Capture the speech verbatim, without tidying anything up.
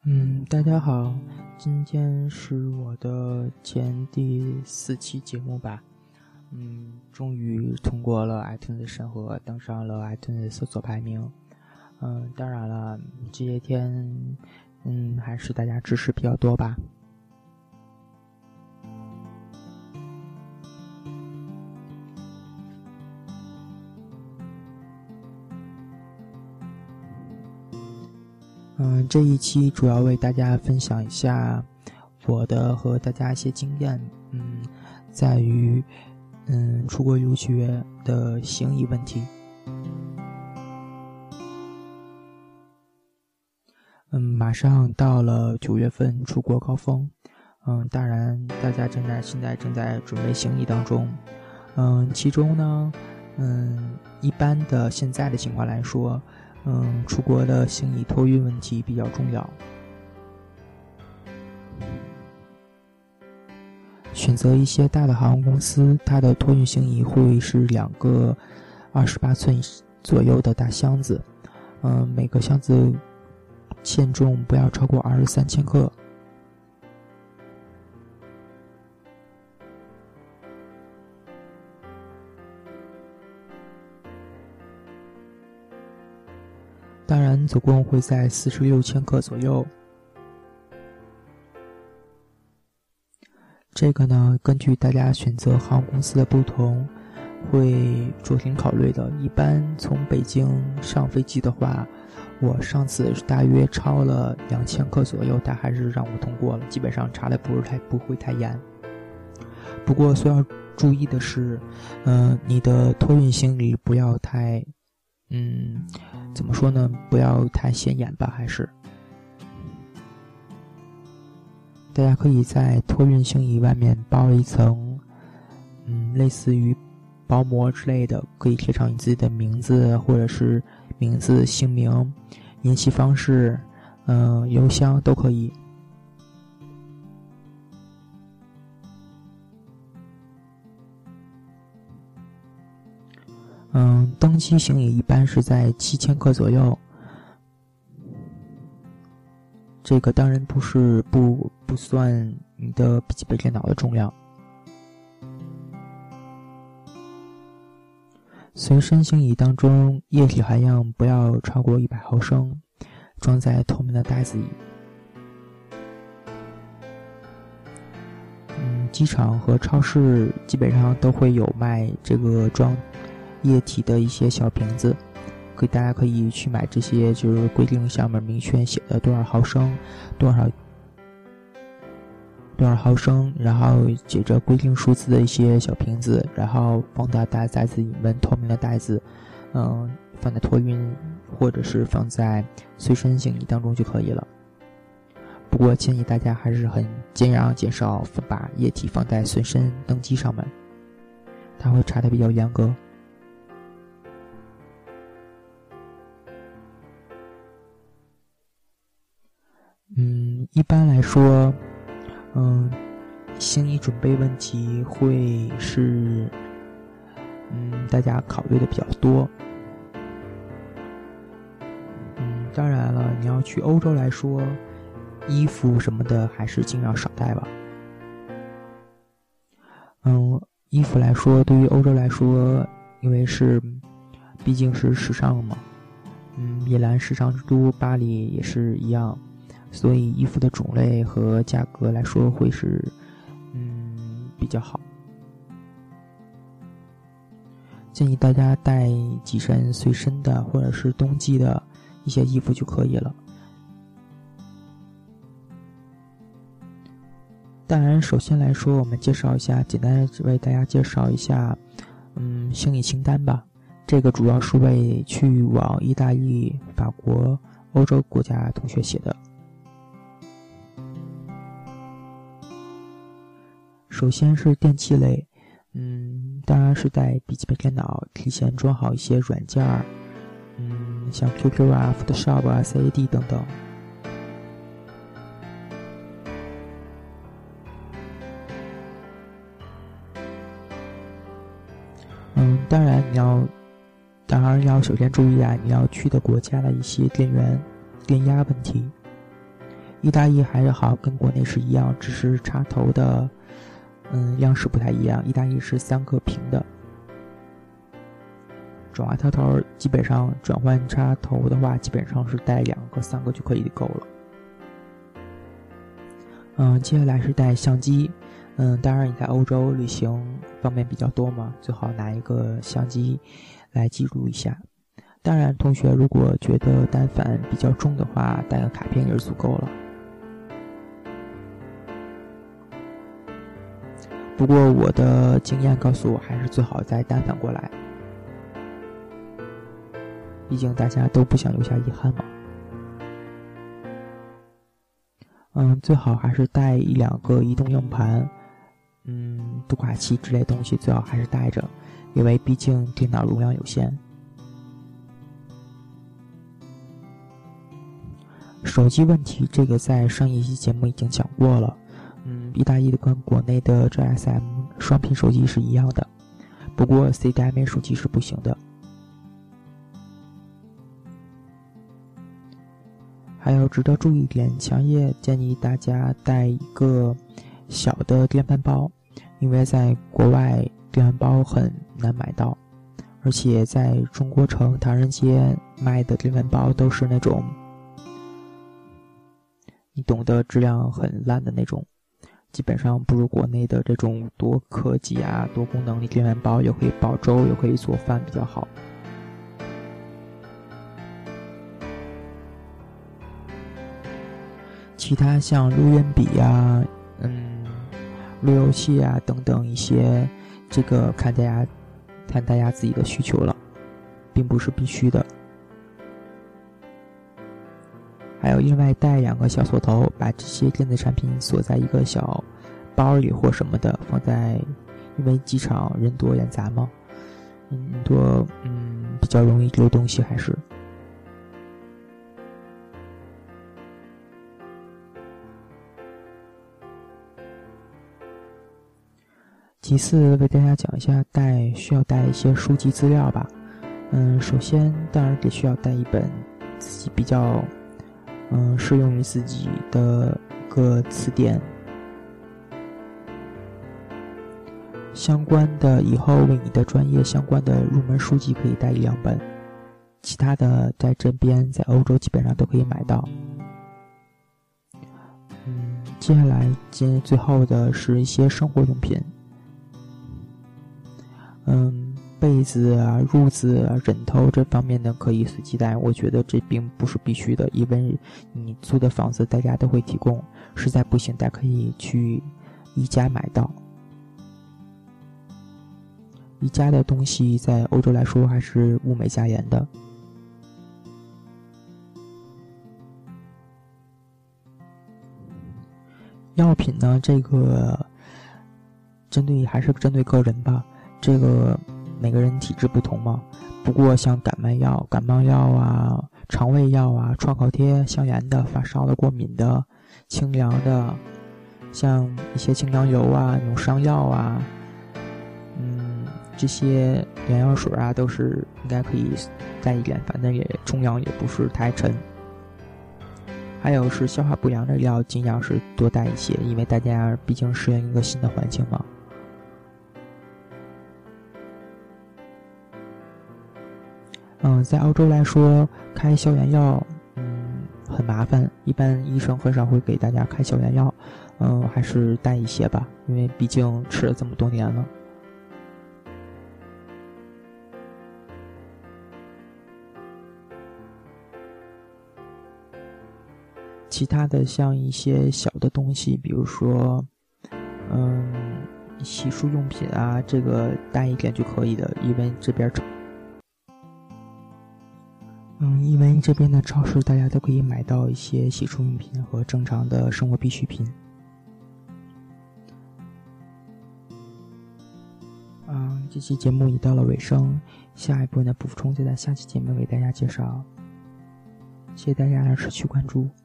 嗯，大家好，今天是我的前第四期节目吧。嗯，终于通过了 iTunes 审核，登上了 iTunes 搜索排名。嗯，当然了，这些天，嗯，还是大家支持比较多吧。嗯，这一期主要为大家分享一下我的和大家一些经验，嗯，在于嗯出国留学的行李问题。嗯，马上到了九月份出国高峰，嗯，当然大家正在现在正在准备行李当中，嗯，其中呢，嗯，一般的现在的情况来说。嗯，出国的行李托运问题比较重要。选择一些大的航空公司，它的托运行李会是两个二十八寸左右的大箱子，嗯，每个箱子限重不要超过二十三千克。当然总共会在四十六千克左右。这个呢，根据大家选择航空公司的不同，会酌情考虑的。一般从北京上飞机的话，我上次大约超了两千克左右，但还是让我通过了，基本上查的不是太不会太严。不过需要注意的是，嗯、呃，你的托运行李不要太嗯，怎么说呢？不要太显眼吧，还是大家可以在托运行李外面包一层，嗯，类似于薄膜之类的，可以贴上你自己的名字，或者是名字、姓名、联系方式，嗯、呃，邮箱都可以。嗯，登机行李一般是在七千克左右，这个当然不是不不算你的笔记本电脑的重量。随身行李当中，液体含量不要超过一百毫升，装在透明的袋子里。嗯，机场和超市基本上都会有卖这个装液体的一些小瓶子，可以大家可以去买这些，就是规定上面明确写的多少毫升，多少多少毫升，然后写着规定数字的一些小瓶子，然后放到大袋子里面，透明的袋子，嗯，放在托运或者是放在随身行李当中就可以了。不过建议大家还是很尽量减少把液体放在随身登机上面，它会查得比较严格。嗯，一般来说，嗯，行李准备问题会是，嗯，大家考虑的比较多。嗯，当然了，你要去欧洲来说，衣服什么的还是尽量少带吧。嗯，衣服来说，对于欧洲来说，因为是，毕竟是时尚嘛，嗯，米兰时尚之都，巴黎也是一样。所以衣服的种类和价格来说会是嗯比较好，建议大家带几身随身的或者是冬季的一些衣服就可以了。当然首先来说，我们介绍一下，简单为大家介绍一下嗯行李清单吧。这个主要是为去往意大利、法国、欧洲国家同学写的。首先是电器类，嗯，当然是带笔记本电脑，提前装好一些软件，嗯，像 Q Q 啊、Photoshop 啊、C A D 等等。嗯，当然你要，当然要首先注意啊，你要去的国家的一些电源、电压问题。 意大利还是好，跟国内是一样，只是插头的嗯样式不太一样。意大利是三个平的，转换插头基本上转换插头的话，基本上是带两个三个就可以够了。嗯，接下来是带相机。嗯，当然你在欧洲旅行方面比较多嘛，最好拿一个相机来记录一下。当然同学如果觉得单反比较重的话，带个卡片也是足够了。不过我的经验告诉我，还是最好带单反过来，毕竟大家都不想留下遗憾嘛。嗯，最好还是带一两个移动硬盘，嗯，读卡器之类东西最好还是带着，因为毕竟电脑容量有限。手机问题，这个在上一期节目已经讲过了。嗯，意大利的跟国内的 G S M 双频手机是一样的，不过 C D M A 手机是不行的。还有值得注意一点，强烈建议大家带一个小的电饭煲，因为在国外电饭煲很难买到，而且在中国城唐人街卖的电饭煲都是那种你懂得质量很烂的那种，基本上不如国内的这种多科技啊多功能的电饭煲，又可以煲粥又可以做饭比较好。其他像录音笔啊嗯路由器啊等等一些，这个看大家看大家自己的需求了，并不是必须的。还有另外带两个小锁头，把这些电子产品锁在一个小包里或什么的，放在，因为机场人多人杂嘛，人多嗯比较容易丢东西还是。其次为大家讲一下带需要带一些书籍资料吧。嗯，首先当然得需要带一本自己比较嗯适用于自己的一个词典，相关的以后为你的专业相关的入门书籍可以带一两本，其他的在这边在欧洲基本上都可以买到。嗯，接下来接最后的是一些生活用品。嗯，被子啊、褥子啊、枕头这方面呢可以随机带，我觉得这并不是必须的，因为你租的房子大家都会提供，实在不行大家可以去宜家买到。宜家的东西在欧洲来说还是物美价廉的。药品呢，这个针对还是针对个人吧，这个每个人体质不同嘛。不过像感冒药、感冒药啊、肠胃药啊、创可贴、消炎的、发烧的、过敏的、清凉的，像一些清凉油啊、扭伤药啊，嗯，这些眼药水啊，都是应该可以带一点，反正也重量也不是太沉。还有是消化不良的药，尽量是多带一些，因为大家毕竟适应一个新的环境嘛。嗯，在欧洲来说，开消炎药，嗯，很麻烦，一般医生很少会给大家开消炎药，嗯，还是带一些吧，因为毕竟吃了这么多年了。其他的像一些小的东西，比如说，嗯，洗漱用品啊，这个带一点就可以的，因为这边，嗯，因为这边的超市大家都可以买到一些洗漱用品和正常的生活必需品。嗯，这期节目已到了尾声，下一部分的补充就在下期节目为大家介绍。谢谢大家的持续关注。